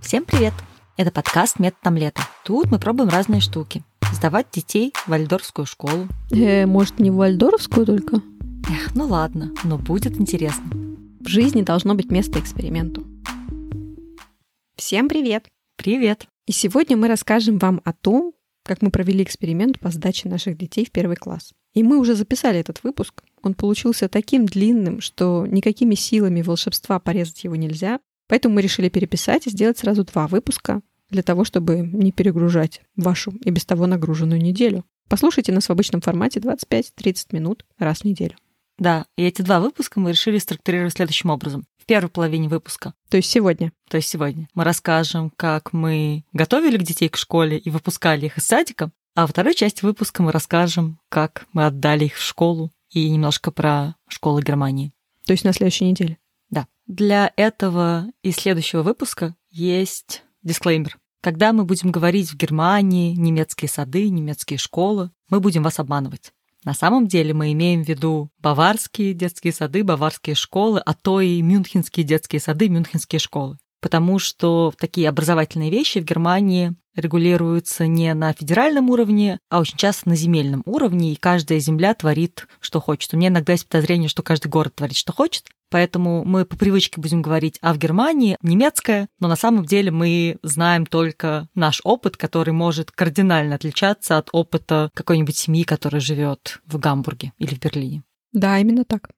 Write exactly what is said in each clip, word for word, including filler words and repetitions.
Всем привет! Это подкаст «Метод омлета». Тут мы пробуем разные штуки. Сдавать детей в вальдорфскую школу. Э, может, не в вальдорфскую только? Эх, ну ладно, но будет интересно. В жизни должно быть место эксперименту. Всем привет! Привет! И сегодня мы расскажем вам о том, как мы провели эксперимент по сдаче наших детей в первый класс. И мы уже записали этот выпуск. Он получился таким длинным, что никакими силами волшебства порезать его нельзя. Поэтому мы решили переписать и сделать сразу два выпуска для того, чтобы не перегружать вашу и без того нагруженную неделю. Послушайте нас в обычном формате двадцать пять тридцать минут раз в неделю. Да, и эти два выпуска мы решили структурировать следующим образом. В первой половине выпуска, То есть сегодня. то есть сегодня, мы расскажем, как мы готовили детей к школе и выпускали их из садика, а во второй части выпуска мы расскажем, как мы отдали их в школу и немножко про школы Германии. То есть на следующей неделе. Да. Для этого и следующего выпуска есть дисклеймер. Когда мы будем говорить в Германии, немецкие сады, немецкие школы, мы будем вас обманывать. На самом деле мы имеем в виду баварские детские сады, баварские школы, а то и мюнхенские детские сады, мюнхенские школы. Потому что такие образовательные вещи в Германии регулируются не на федеральном уровне, а очень часто на земельном уровне, и каждая земля творит, что хочет. У меня иногда есть подозрение, что каждый город творит, что хочет, поэтому мы по привычке будем говорить, а в Германии немецкая, но на самом деле мы знаем только наш опыт, который может кардинально отличаться от опыта какой-нибудь семьи, которая живет в Гамбурге или в Берлине. Да, именно так.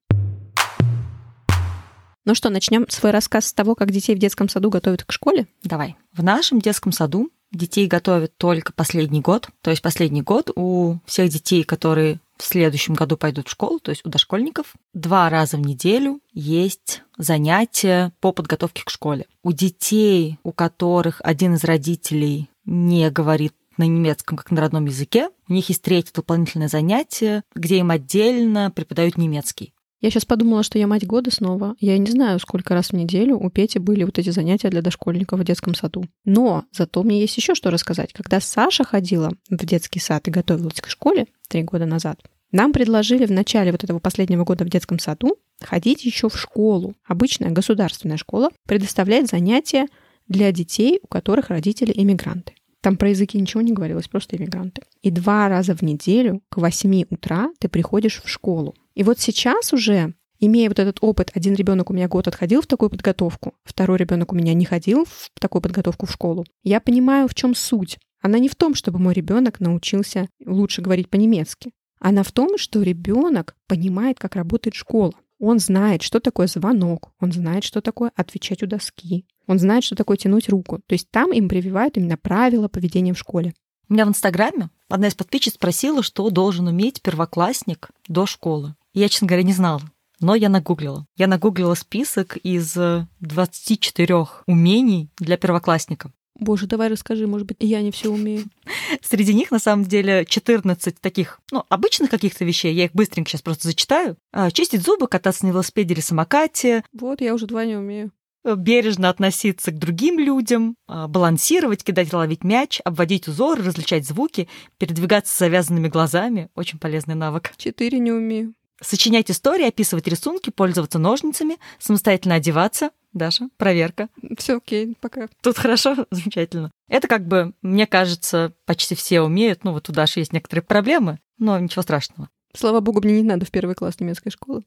Ну что, начнем свой рассказ с того, как детей в детском саду готовят к школе? Давай. В нашем детском саду детей готовят только последний год. То есть последний год у всех детей, которые в следующем году пойдут в школу, то есть у дошкольников, два раза в неделю есть занятия по подготовке к школе. У детей, у которых один из родителей не говорит на немецком, как на родном языке, у них есть третье дополнительное занятие, где им отдельно преподают немецкий. Я сейчас подумала, что я мать года снова. Я не знаю, сколько раз в неделю у Пети были вот эти занятия для дошкольников в детском саду. Но зато мне есть еще что рассказать. Когда Саша ходила в детский сад и готовилась к школе три года назад, нам предложили в начале вот этого последнего года в детском саду ходить еще в школу. Обычная государственная школа предоставляет занятия для детей, у которых родители иммигранты. Там про языки ничего не говорилось, просто иммигранты. И два раза в неделю к восьми утра ты приходишь в школу. И вот сейчас уже, имея вот этот опыт, один ребенок у меня год отходил в такую подготовку, второй ребенок у меня не ходил в такую подготовку в школу, я понимаю, в чем суть. Она не в том, чтобы мой ребенок научился лучше говорить по-немецки. Она в том, что ребенок понимает, как работает школа. Он знает, что такое звонок, он знает, что такое отвечать у доски, он знает, что такое тянуть руку. То есть там им прививают именно правила поведения в школе. У меня в Инстаграме одна из подписчиц спросила, что должен уметь первоклассник до школы. Я, честно говоря, не знала, но я нагуглила. Я нагуглила список из двадцати четырёх умений для первоклассника. Боже, давай расскажи, может быть, я не все умею. Среди них, на самом деле, четырнадцать таких, ну, обычных каких-то вещей. Я их быстренько сейчас просто зачитаю. Чистить зубы, кататься на велосипеде или самокате. Вот, я уже два не умею. Бережно относиться к другим людям, балансировать, кидать и ловить мяч, обводить узоры, различать звуки, передвигаться с завязанными глазами. Очень полезный навык. Четыре не умею. Сочинять истории, описывать рисунки, пользоваться ножницами, самостоятельно одеваться. Даша, проверка. Все окей, пока. Тут хорошо, замечательно. Это как бы, мне кажется, почти все умеют. Ну, вот у Даши есть некоторые проблемы, но ничего страшного. Слава богу, мне не надо в первый класс немецкой школы.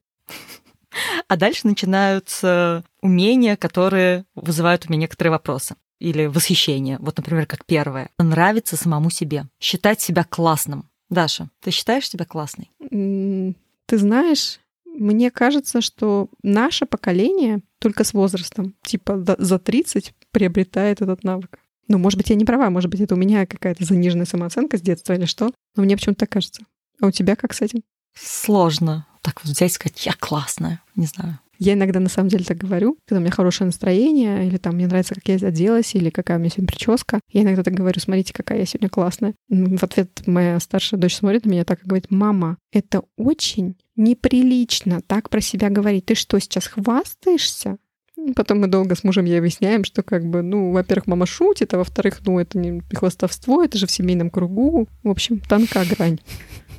А дальше начинаются умения, которые вызывают у меня некоторые вопросы или восхищение. Вот, например, как первое. Нравится самому себе. Считать себя классным. Даша, ты считаешь себя классной? Ты знаешь, мне кажется, что наше поколение только с возрастом, типа за тридцать, приобретает этот навык. Ну, может быть, я не права, может быть, это у меня какая-то заниженная самооценка с детства или что, но мне почему-то так кажется. А у тебя как с этим? Сложно так вот взять и сказать, я классная, не знаю. Я иногда на самом деле так говорю, когда у меня хорошее настроение, или там мне нравится, как я оделась, или какая у меня сегодня прическа. Я иногда так говорю, смотрите, какая я сегодня классная. В ответ моя старшая дочь смотрит на меня так и говорит, мама, это очень неприлично так про себя говорить. Ты что, сейчас хвастаешься? Потом мы долго с мужем ей объясняем, что как бы, ну, во-первых, мама шутит, а во-вторых, ну, это не хвастовство, это же в семейном кругу. В общем, тонка грань.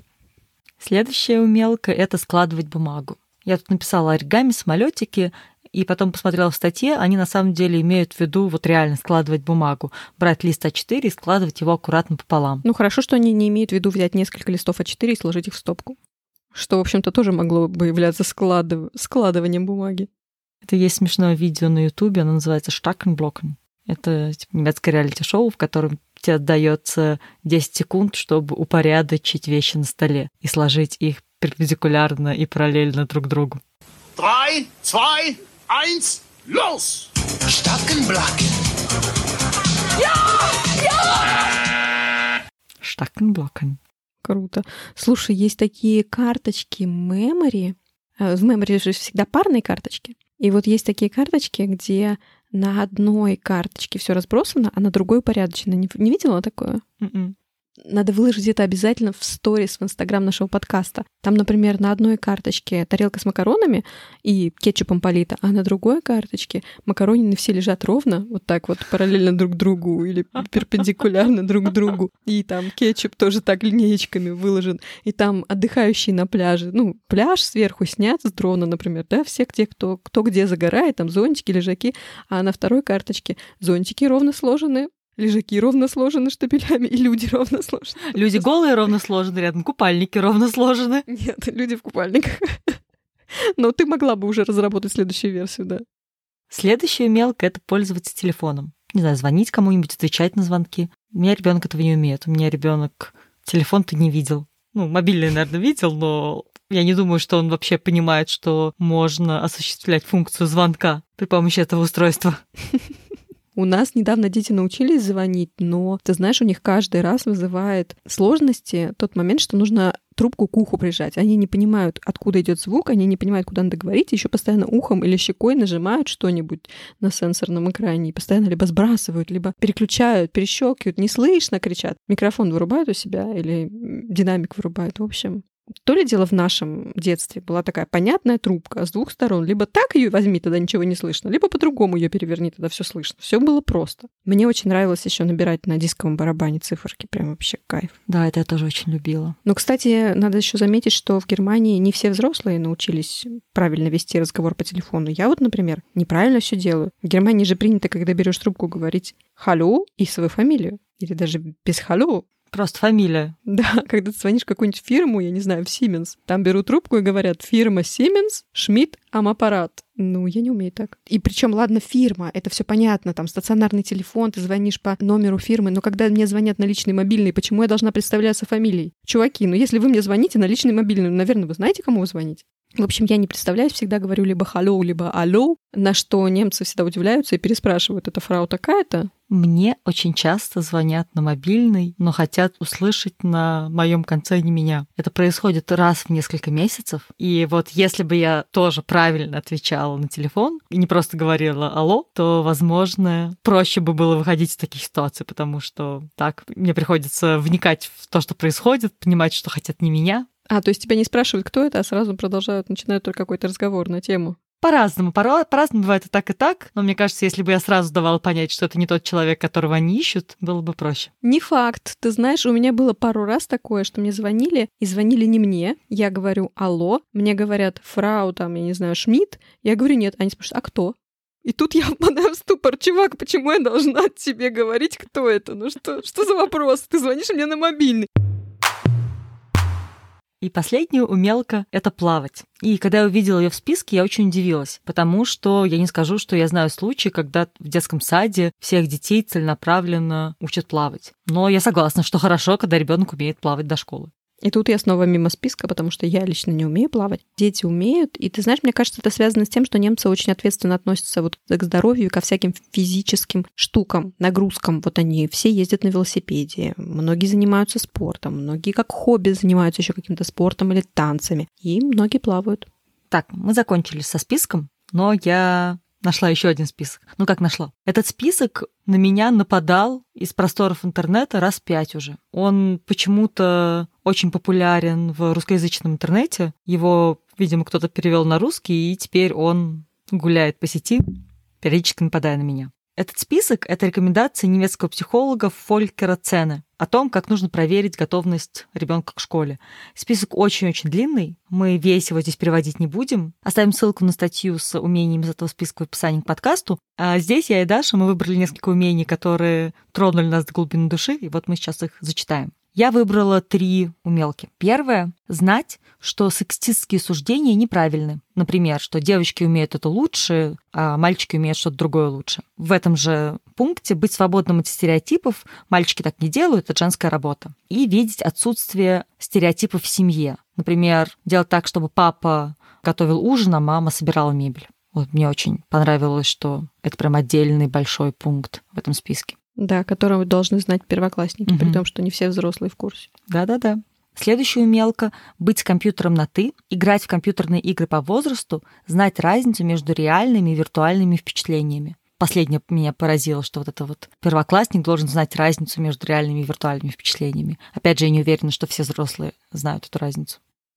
Следующая умелка — это складывать бумагу. Я тут написала оригами, самолетики. и потом посмотрела в статье, они на самом деле имеют в виду вот реально складывать бумагу, брать лист а четыре и складывать его аккуратно пополам. Ну хорошо, что они не имеют в виду взять несколько листов а четыре и сложить их в стопку. Что, в общем-то, тоже могло бы являться складыв... складыванием бумаги. Это есть смешное видео на Ютубе, оно называется «Штакенблокен». Это типа, немецкое реалити-шоу, в котором тебе отдается десять секунд, чтобы упорядочить вещи на столе и сложить их перпендикулярно и параллельно друг другу. Drei, zwei, eins, los! Stackenblocken. Штакенблокен. Круто. Слушай, есть такие карточки Memory. В Memory же всегда парные карточки. И вот есть такие карточки, где на одной карточке все разбросано, а на другой упорядочено. Не, не видела такое? Mm-mm. Надо выложить это обязательно в сторис в Инстаграм нашего подкаста. Там, например, на одной карточке тарелка с макаронами и кетчупом полита, а на другой карточке макаронины все лежат ровно, вот так вот, параллельно друг другу или перпендикулярно друг другу. И там кетчуп тоже так линеечками выложен. И там отдыхающие на пляже. Ну, пляж сверху снят с дрона, например, да, все те, кто, кто где загорает, там зонтики, лежаки. А на второй карточке зонтики ровно сложены, лежаки ровно сложены штабелями, и люди ровно сложены. Люди голые ровно сложены, рядом купальники ровно сложены. Нет, люди в купальниках. Но ты могла бы уже разработать следующую версию, да. Следующая мелко — это пользоваться телефоном. Не знаю, звонить кому-нибудь, отвечать на звонки. У меня ребенок этого не умеет. У меня ребенок телефон-то не видел. Ну, мобильный, наверное, видел, но я не думаю, что он вообще понимает, что можно осуществлять функцию звонка при помощи этого устройства. У нас недавно дети научились звонить, но, ты знаешь, у них каждый раз вызывает сложности тот момент, что нужно трубку к уху прижать. Они не понимают, откуда идет звук, они не понимают, куда надо говорить, еще постоянно ухом или щекой нажимают что-нибудь на сенсорном экране, и постоянно либо сбрасывают, либо переключают, перещелкивают, не слышно, кричат. Микрофон вырубают у себя или динамик вырубают. В общем, то ли дело в нашем детстве была такая понятная трубка с двух сторон. Либо так ее возьми, тогда ничего не слышно, либо по-другому ее переверни, тогда все слышно. Все было просто. Мне очень нравилось еще набирать на дисковом барабане циферки. Прям вообще кайф. Да, это я тоже очень любила. Но, кстати, надо еще заметить, что в Германии не все взрослые научились правильно вести разговор по телефону. Я вот, например, неправильно все делаю. В Германии же принято, когда берешь трубку, говорить «халло» и свою фамилию. Или даже без «халло». Просто фамилия. Да, когда ты звонишь в какую-нибудь фирму, я не знаю, в Siemens, там берут трубку и говорят «фирма Siemens, Schmidt, Амаппарат». Ну, я не умею так. И причем, ладно, фирма, это все понятно, там стационарный телефон, ты звонишь по номеру фирмы, но когда мне звонят на личный мобильный, почему я должна представляться фамилией? Чуваки, ну если вы мне звоните на личный мобильный, ну, наверное, вы знаете, кому вы звоните? В общем, я не представляюсь, всегда говорю либо «халло», либо «алло», на что немцы всегда удивляются и переспрашивают, это фрау такая-то? Мне очень часто звонят на мобильный, но хотят услышать на моем конце не меня. Это происходит раз в несколько месяцев. И вот если бы я тоже правильно отвечала на телефон и не просто говорила «алло», то, возможно, проще бы было выходить из таких ситуаций, потому что так мне приходится вникать в то, что происходит, понимать, что хотят не меня. А, то есть тебя не спрашивают, кто это, а сразу продолжают, начинают только какой-то разговор на тему. По-разному. По-разному бывает и так, и так. Но мне кажется, если бы я сразу давала понять, что это не тот человек, которого они ищут, было бы проще. Не факт. Ты знаешь, у меня было пару раз такое, что мне звонили, и звонили не мне. Я говорю «алло». Мне говорят «фрау», там, я не знаю, Шмидт. Я говорю «нет». Они спрашивают «а кто?» И тут я впадаю в ступор. Чувак, почему я должна тебе говорить, кто это? Ну что, что за вопрос? Ты звонишь мне на мобильный. И последнюю умелка — это плавать. И когда я увидела ее в списке, я очень удивилась, потому что я не скажу, что я знаю случаи, когда в детском саде всех детей целенаправленно учат плавать. Но я согласна, что хорошо, когда ребенок умеет плавать до школы. И тут я снова мимо списка, потому что я лично не умею плавать. Дети умеют. И ты знаешь, мне кажется, это связано с тем, что немцы очень ответственно относятся вот к здоровью и ко всяким физическим штукам, нагрузкам. Вот они все ездят на велосипеде, многие занимаются спортом, многие как хобби занимаются еще каким-то спортом или танцами. И многие плавают. Так, мы закончили со списком, но я нашла еще один список. Ну, как нашла? Этот список на меня нападал из просторов интернета раз пять уже. Он почему-то очень популярен в русскоязычном интернете. Его, видимо, кто-то перевел на русский, и теперь он гуляет по сети, периодически нападая на меня. Этот список — это рекомендации немецкого психолога Фолькера Цене о том, как нужно проверить готовность ребенка к школе. Список очень-очень длинный, мы весь его здесь переводить не будем. Оставим ссылку на статью с умениями из этого списка в описании к подкасту. А здесь я и Даша, мы выбрали несколько умений, которые тронули нас до глубины души, и вот мы сейчас их зачитаем. Я выбрала три умелки. Первое — знать, что сексистские суждения неправильны. Например, что девочки умеют это лучше, а мальчики умеют что-то другое лучше. В этом же пункте быть свободным от стереотипов. Мальчики так не делают, это женская работа. И видеть отсутствие стереотипов в семье. Например, делать так, чтобы папа готовил ужин, а мама собирала мебель. Вот мне очень понравилось, что это прям отдельный большой пункт в этом списке. Да, которого должны знать первоклассники, Угу. при том, что не все взрослые в курсе. Да-да-да. Следующая умелка — быть с компьютером на «ты», играть в компьютерные игры по возрасту, знать разницу между реальными и виртуальными впечатлениями. Последнее меня поразило, что вот это вот первоклассник должен знать разницу между реальными и виртуальными впечатлениями. Опять же, я не уверена, что все взрослые знают эту разницу.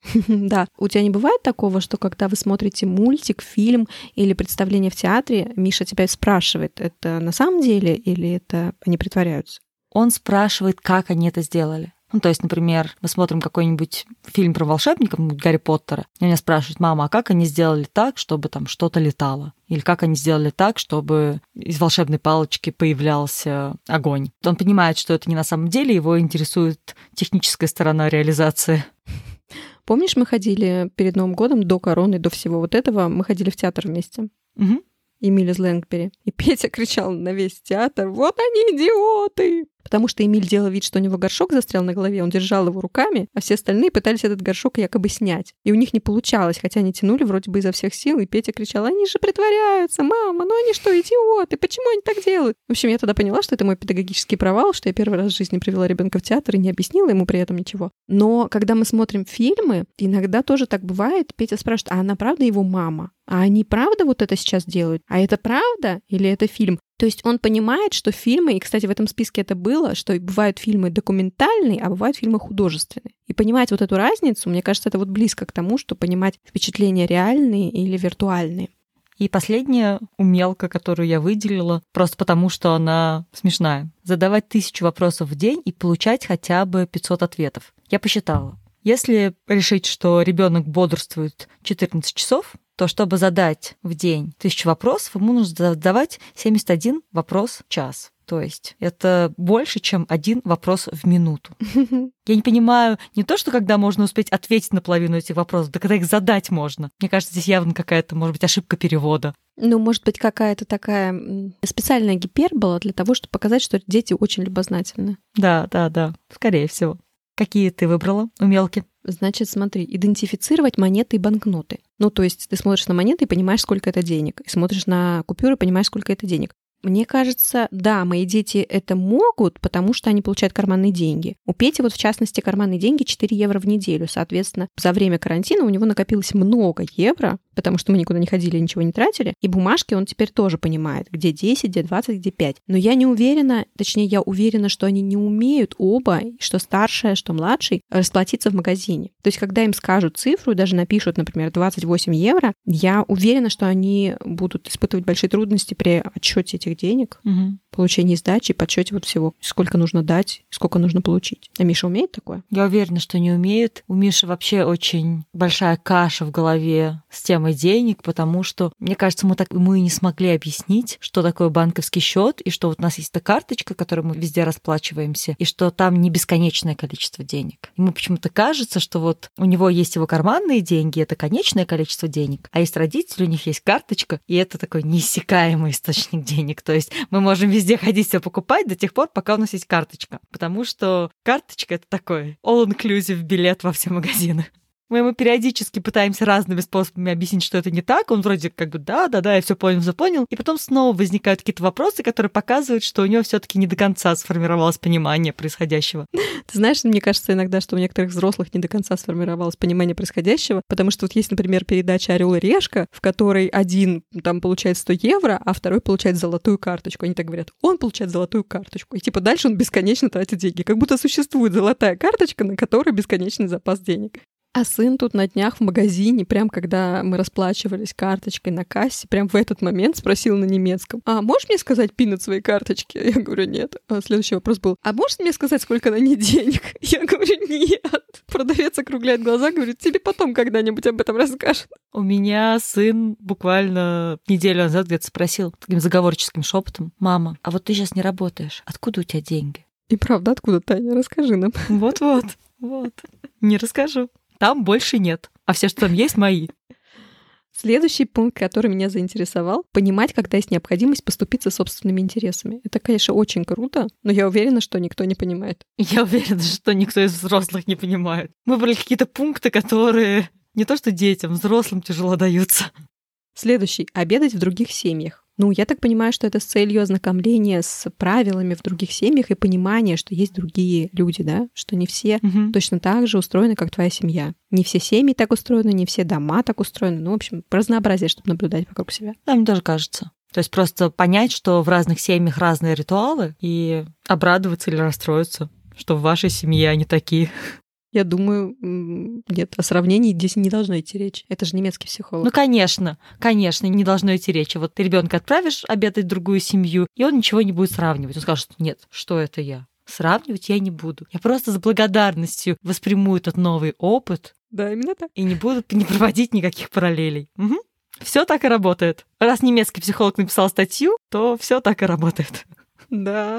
Да. У тебя не бывает такого, что когда вы смотрите мультик, фильм или представление в театре, Миша тебя спрашивает, это на самом деле или это они притворяются? Он спрашивает, как они это сделали. Ну, то есть, например, мы смотрим какой-нибудь фильм про волшебников, Гарри Поттера, и меня спрашивают: мама, а как они сделали так, чтобы там что-то летало? Или как они сделали так, чтобы из волшебной палочки появлялся огонь? Он понимает, что это не на самом деле, его интересует техническая сторона реализации. Помнишь, мы ходили перед Новым годом, до короны, до всего вот этого, мы ходили в театр вместе. Угу. Эмиль из Лэнгбери. И Петя кричал на весь театр: вот они идиоты! Потому что Эмиль делал вид, что у него горшок застрял на голове, он держал его руками, а все остальные пытались этот горшок якобы снять. И у них не получалось, хотя они тянули вроде бы изо всех сил, и Петя кричал: они же притворяются, мама, ну они что, идиоты, почему они так делают? В общем, я тогда поняла, что это мой педагогический провал, что я первый раз в жизни привела ребенка в театр и не объяснила ему при этом ничего. Но когда мы смотрим фильмы, иногда тоже так бывает, Петя спрашивает: а она правда его мама? А они правда вот это сейчас делают? А это правда или это фильм? То есть он понимает, что фильмы, и, кстати, в этом списке это было, что бывают фильмы документальные, а бывают фильмы художественные. И понимать вот эту разницу, мне кажется, это вот близко к тому, что понимать впечатления реальные или виртуальные. И последняя умелка, которую я выделила, просто потому, что она смешная. Задавать тысячу вопросов в день и получать хотя бы пятьсот ответов. Я посчитала. Если решить, что ребенок бодрствует четырнадцать часов, то чтобы задать в день тысячу вопросов, ему нужно задавать семьдесят один вопрос в час. То есть это больше, чем один вопрос в минуту. Я не понимаю не то, что когда можно успеть ответить на половину этих вопросов, да когда их задать можно. Мне кажется, здесь явно какая-то, может быть, ошибка перевода. Ну, может быть, какая-то такая специальная гипербола для того, чтобы показать, что дети очень любознательны. Да, да, да, скорее всего. Какие ты выбрала умелки? Значит, смотри, идентифицировать монеты и банкноты. Ну, то есть ты смотришь на монеты и понимаешь, сколько это денег. И смотришь на купюры и понимаешь, сколько это денег. Мне кажется, да, мои дети это могут, потому что они получают карманные деньги. У Пети вот в частности карманные деньги четыре евро в неделю. Соответственно, за время карантина у него накопилось много евро, потому что мы никуда не ходили, ничего не тратили. И бумажки он теперь тоже понимает, где десять, где двадцать, где пять. Но я не уверена, точнее, я уверена, что они не умеют оба, что старшая, что младший, расплатиться в магазине. То есть, когда им скажут цифру, даже напишут, например, двадцать восемь евро, я уверена, что они будут испытывать большие трудности при отсчете этих денег, Угу. получении сдачи, подсчете вот всего, сколько нужно дать, сколько нужно получить. А Миша умеет такое? Я уверена, что не умеет. У Миши вообще очень большая каша в голове с темой денег, потому что, мне кажется, мы так ему и не смогли объяснить, что такое банковский счет, и что вот у нас есть эта карточка, которой мы везде расплачиваемся, и что там не бесконечное количество денег. Ему почему-то кажется, что вот у него есть его карманные деньги, это конечное количество денег, а есть родители, у них есть карточка, и это такой неиссякаемый источник денег. То есть мы можем везде ходить все покупать до тех пор, пока у нас есть карточка. Потому что карточка — это такой all-inclusive билет во все магазины. Мы ему периодически пытаемся разными способами объяснить, что это не так. Он вроде как бы да, да, да, я все понял, все понял. И потом снова возникают какие-то вопросы, которые показывают, что у него все-таки не до конца сформировалось понимание происходящего. Ты знаешь, мне кажется иногда, что у некоторых взрослых не до конца сформировалось понимание происходящего, потому что вот есть, например, передача «Орел и решка», в которой один там получает сто евро, а второй получает золотую карточку. Они так говорят: он получает золотую карточку. И типа дальше он бесконечно тратит деньги. Как будто существует золотая карточка, на которой бесконечный запас денег. А сын тут на днях в магазине, прям когда мы расплачивались карточкой на кассе, прям в этот момент спросил на немецком: «А можешь мне сказать пин от своей карточки?» Я говорю: «Нет». А следующий вопрос был: «А можешь мне сказать, сколько на ней денег?» Я говорю: «Нет». Продавец округляет глаза, говорит: «Тебе потом когда-нибудь об этом расскажет». У меня сын буквально неделю назад где-то спросил таким заговорческим шепотом: «Мама, а вот ты сейчас не работаешь, откуда у тебя деньги?» И правда, откуда, Таня? Расскажи нам. Вот-вот, вот. Не расскажу. Там больше нет, а все, что там есть, мои. Следующий пункт, который меня заинтересовал, понимать, когда есть необходимость поступиться собственными интересами. Это, конечно, очень круто, но я уверена, что никто не понимает. Я уверена, что никто из взрослых не понимает. Мы выбрали какие-то пункты, которые не то что детям, взрослым тяжело даются. Следующий — обедать в других семьях. Ну, я так понимаю, что это с целью ознакомления с правилами в других семьях и понимания, что есть другие люди, да, что не все Угу. точно так же устроены, как твоя семья. Не все семьи так устроены, не все дома так устроены. Ну, в общем, разнообразие, чтобы наблюдать вокруг себя. Да, мне тоже кажется. То есть просто понять, что в разных семьях разные ритуалы, и обрадоваться или расстроиться, что в вашей семье они такие. Я думаю, м, нет, о сравнении здесь не должно идти речь. Это же немецкий психолог. Ну, конечно, конечно, не должно идти речи. Вот ты ребенка отправишь обедать в другую семью, и он ничего не будет сравнивать. Он скажет: нет, что это я? Сравнивать я не буду. Я просто с благодарностью восприму этот новый опыт Да, именно так. и не буду не проводить никаких параллелей. Все так и работает. Раз немецкий психолог написал статью, то все так и работает. Да.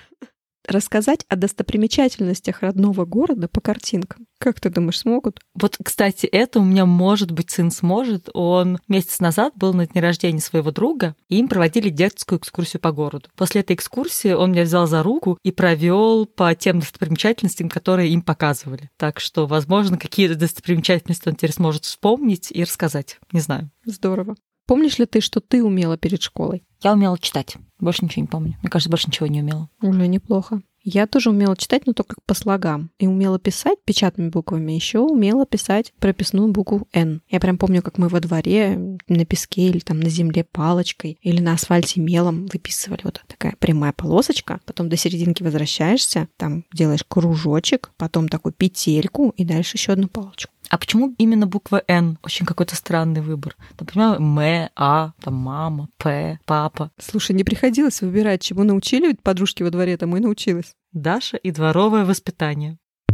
Рассказать о достопримечательностях родного города по картинкам. Как ты думаешь, смогут? Вот, кстати, это у меня, может быть, сын сможет. Он месяц назад был на дне рождения своего друга, и им проводили детскую экскурсию по городу. После этой экскурсии он меня взял за руку и провел по тем достопримечательностям, которые им показывали. Так что, возможно, какие-то достопримечательности он теперь сможет вспомнить и рассказать. Не знаю. Здорово. Помнишь ли ты, что ты умела перед школой? Я умела читать. Больше ничего не помню. Мне кажется, больше ничего не умела. Уже неплохо. Я тоже умела читать, но только по слогам. И умела писать печатными буквами. Еще умела писать прописную букву «Н». Я прям помню, как мы во дворе на песке или там на земле палочкой или на асфальте мелом выписывали. Вот такая прямая полосочка. Потом до серединки возвращаешься, там делаешь кружочек, потом такую петельку и дальше еще одну палочку. А почему именно буква «Н»? Очень какой-то странный выбор. Там, понимаю, М, А, там мама, П, папа. Слушай, не приходилось выбирать, чему научили ведь подружки во дворе, тому и научилась. Даша и дворовое воспитание.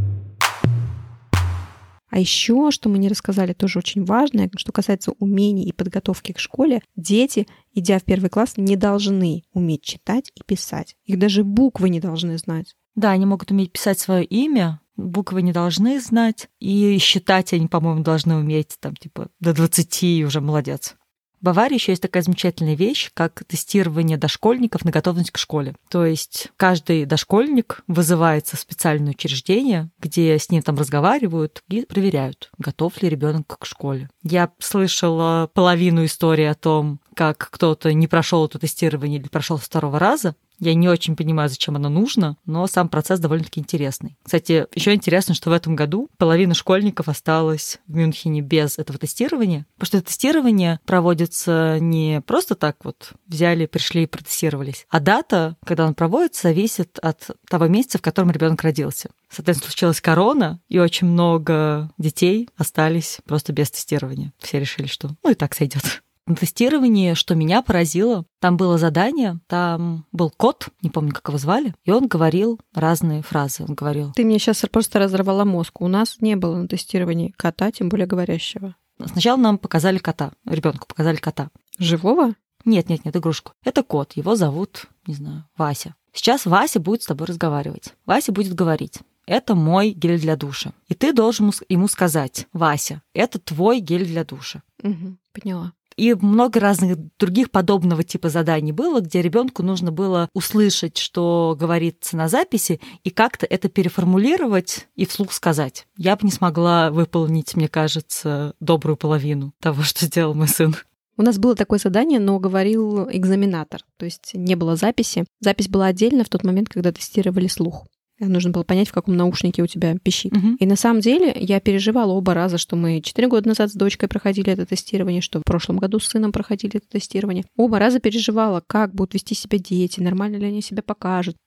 А еще, что мы не рассказали, тоже очень важное, что касается умений и подготовки к школе, дети, идя в первый класс, не должны уметь читать и писать. Их даже буквы не должны знать. Да, они могут уметь писать свое имя, буквы не должны знать, и считать они, по-моему, должны уметь там типа до двадцати, и уже молодец. В Баварии еще есть такая замечательная вещь, как тестирование дошкольников на готовность к школе. То есть каждый дошкольник вызывается в специальное учреждение, где с ним там разговаривают и проверяют, готов ли ребенок к школе. Я слышала половину истории о том, как кто-то не прошел это тестирование или прошел с второго раза. Я не очень понимаю, зачем оно нужно, но сам процесс довольно-таки интересный. Кстати, еще интересно, что в этом году половина школьников осталась в Мюнхене без этого тестирования, потому что это тестирование проводится не просто так вот взяли, пришли и протестировались, а дата, когда оно проводится, зависит от того месяца, в котором ребенок родился. Соответственно, случилась корона, и очень много детей остались просто без тестирования. Все решили, что ну и так сойдет. На тестировании, что меня поразило, там было задание, там был кот, не помню, как его звали, и он говорил разные фразы. Он говорил... Ты мне сейчас просто разорвала мозг. У нас не было на тестировании кота, тем более говорящего. Сначала нам показали кота, ребенку показали кота. Живого? Нет, нет, нет, игрушку. Это кот, его зовут, не знаю, Вася. Сейчас Вася будет с тобой разговаривать. Вася будет говорить: это мой гель для душа. И ты должен ему сказать: Вася, это твой гель для душа. Угу, поняла. И много разных других подобного типа заданий было, где ребенку нужно было услышать, что говорится на записи, и как-то это переформулировать и вслух сказать. Я бы не смогла выполнить, мне кажется, добрую половину того, что сделал мой сын. У нас было такое задание, но говорил экзаменатор, то есть не было записи. Запись была отдельно в тот момент, когда тестировали слух. Нужно было понять, в каком наушнике у тебя пищит. Угу. И на самом деле я переживала оба раза, что мы четыре года назад с дочкой проходили это тестирование, что в прошлом году с сыном проходили это тестирование. Оба раза переживала, как будут вести себя дети, нормально ли они себя покажут.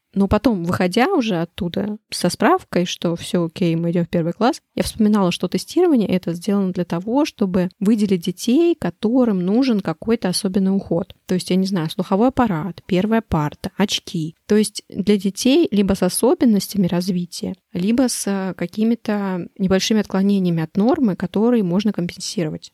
Но потом, выходя уже оттуда со справкой, что все окей, мы идем в первый класс, я вспоминала, что тестирование это сделано для того, чтобы выделить детей, которым нужен какой-то особенный уход. То есть, я не знаю, слуховой аппарат, первая парта, очки. То есть для детей либо с особенностями развития, либо с какими-то небольшими отклонениями от нормы, которые можно компенсировать.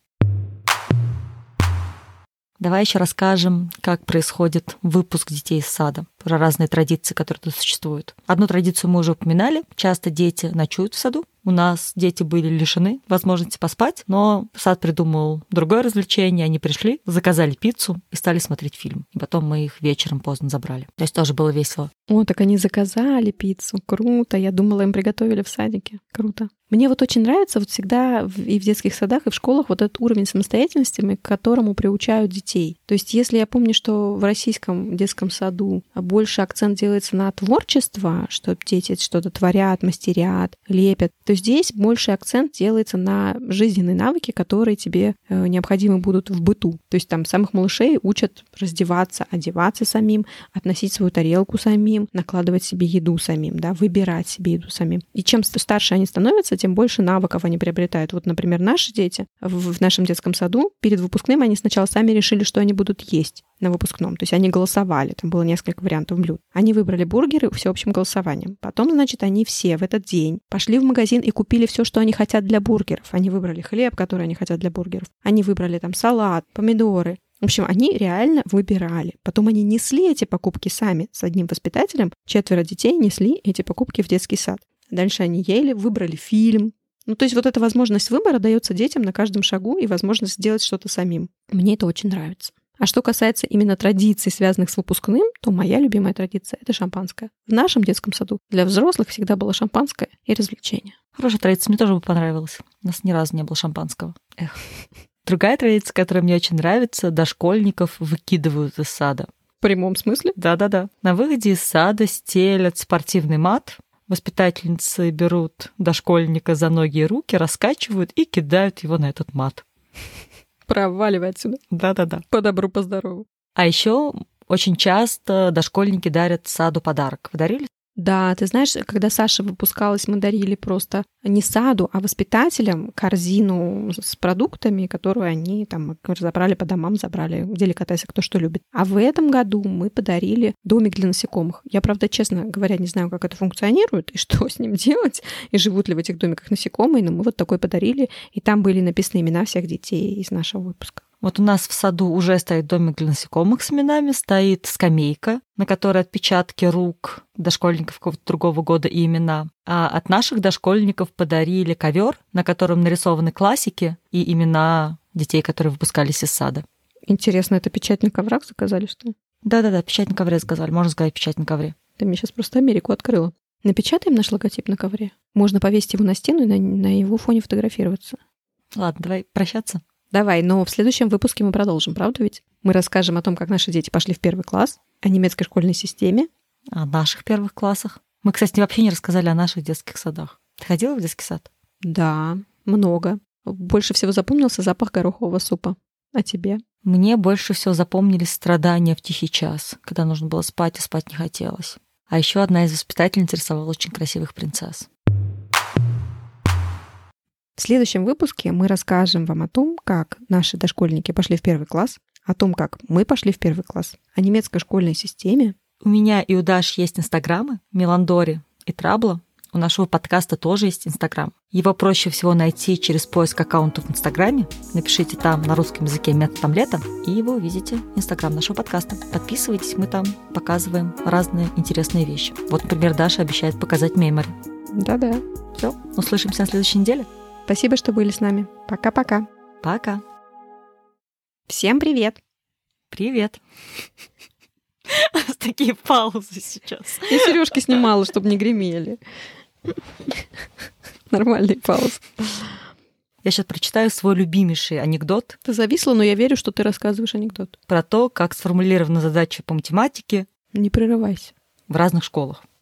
Давай еще расскажем, как происходит выпуск детей из сада, про разные традиции, которые тут существуют. Одну традицию мы уже упоминали. Часто дети ночуют в саду. У нас дети были лишены возможности поспать, но сад придумал другое развлечение. Они пришли, заказали пиццу и стали смотреть фильм. И потом мы их вечером поздно забрали. То есть тоже было весело. О, так они заказали пиццу. Круто. Я думала, им приготовили в садике. Круто. Мне вот очень нравится вот всегда и в детских садах, и в школах вот этот уровень самостоятельности, к которому приучают детей. То есть если я помню, что в российском детском саду больше акцент делается на творчество, что дети что-то творят, мастерят, лепят, то здесь больше акцент делается на жизненные навыки, которые тебе необходимы будут в быту. То есть там самых малышей учат раздеваться, одеваться самим, относить свою тарелку самим, накладывать себе еду самим, да, выбирать себе еду самим. И чем старше они становятся, тем больше навыков они приобретают. Вот, например, наши дети в нашем детском саду перед выпускным они сначала сами решили, что они будут есть на выпускном. То есть они голосовали, там было несколько вариантов блюд. Они выбрали бургеры всеобщим голосованием. Потом, значит, они все в этот день пошли в магазин и купили все, что они хотят для бургеров. Они выбрали хлеб, который они хотят для бургеров. Они выбрали там салат, помидоры. В общем, они реально выбирали. Потом они несли эти покупки сами с одним воспитателем. Четверо детей несли эти покупки в детский сад. Дальше они ели, выбрали фильм. Ну, то есть вот эта возможность выбора дается детям на каждом шагу и возможность сделать что-то самим. Мне это очень нравится. А что касается именно традиций, связанных с выпускным, то моя любимая традиция — это шампанское. В нашем детском саду для взрослых всегда было шампанское и развлечения. Хорошая традиция, мне тоже бы понравилась. У нас ни разу не было шампанского. Эх. Другая традиция, которая мне очень нравится, дошкольников выкидывают из сада. В прямом смысле? Да-да-да. На выходе из сада стелят спортивный мат. Воспитательницы берут дошкольника за ноги и руки, раскачивают и кидают его на этот мат. Проваливай отсюда. Да-да-да. По добру, по здорову. А еще очень часто дошкольники дарят саду подарок. Вы дарили? Да, ты знаешь, когда Саша выпускалась, мы дарили просто не саду, а воспитателям корзину с продуктами, которую они там разобрали по домам, забрали, деликатесы, кто что любит. А в этом году мы подарили домик для насекомых. Я, правда, честно говоря, не знаю, как это функционирует и что с ним делать, и живут ли в этих домиках насекомые, но мы вот такой подарили, и там были написаны имена всех детей из нашего выпуска. Вот у нас в саду уже стоит домик для насекомых с именами, стоит скамейка, на которой отпечатки рук дошкольников какого-то другого года и имена. А от наших дошкольников подарили ковер, на котором нарисованы классики и имена детей, которые выпускались из сада. Интересно, это печать на коврах заказали, что ли? Да-да-да, печать на ковре заказали, можно сказать, печать на ковре. Ты мне сейчас просто Америку открыла. Напечатаем наш логотип на ковре. Можно повесить его на стену и на, на его фоне фотографироваться. Ладно, давай прощаться. Давай, но в следующем выпуске мы продолжим, правда ведь? Мы расскажем о том, как наши дети пошли в первый класс, о немецкой школьной системе. О наших первых классах. Мы, кстати, вообще не рассказали о наших детских садах. Ты ходила в детский сад? Да, много. Больше всего запомнился запах горохового супа. А тебе? Мне больше всего запомнились страдания в тихий час, когда нужно было спать, а спать не хотелось. А еще одна из воспитательниц рисовала очень красивых принцесс. В следующем выпуске мы расскажем вам о том, как наши дошкольники пошли в первый класс, о том, как мы пошли в первый класс, о немецкой школьной системе. У меня и у Даши есть инстаграмы, Меландори и Трабла. У нашего подкаста тоже есть инстаграм. Его проще всего найти через поиск аккаунтов в инстаграме. Напишите там на русском языке методом лета, и вы увидите инстаграм нашего подкаста. Подписывайтесь, мы там показываем разные интересные вещи. Вот, например, Даша обещает показать мемори. Да-да. Все, услышимся на следующей неделе. Спасибо, что были с нами. Пока-пока. Пока. Всем привет. Привет. Такие паузы сейчас. Я сережки снимала, чтобы не гремели. Нормальные паузы. Я сейчас прочитаю свой любимейший анекдот. Ты зависла, но я верю, что ты рассказываешь анекдот. Про то, как сформулирована задача по математике. Не прерывайся. В разных школах.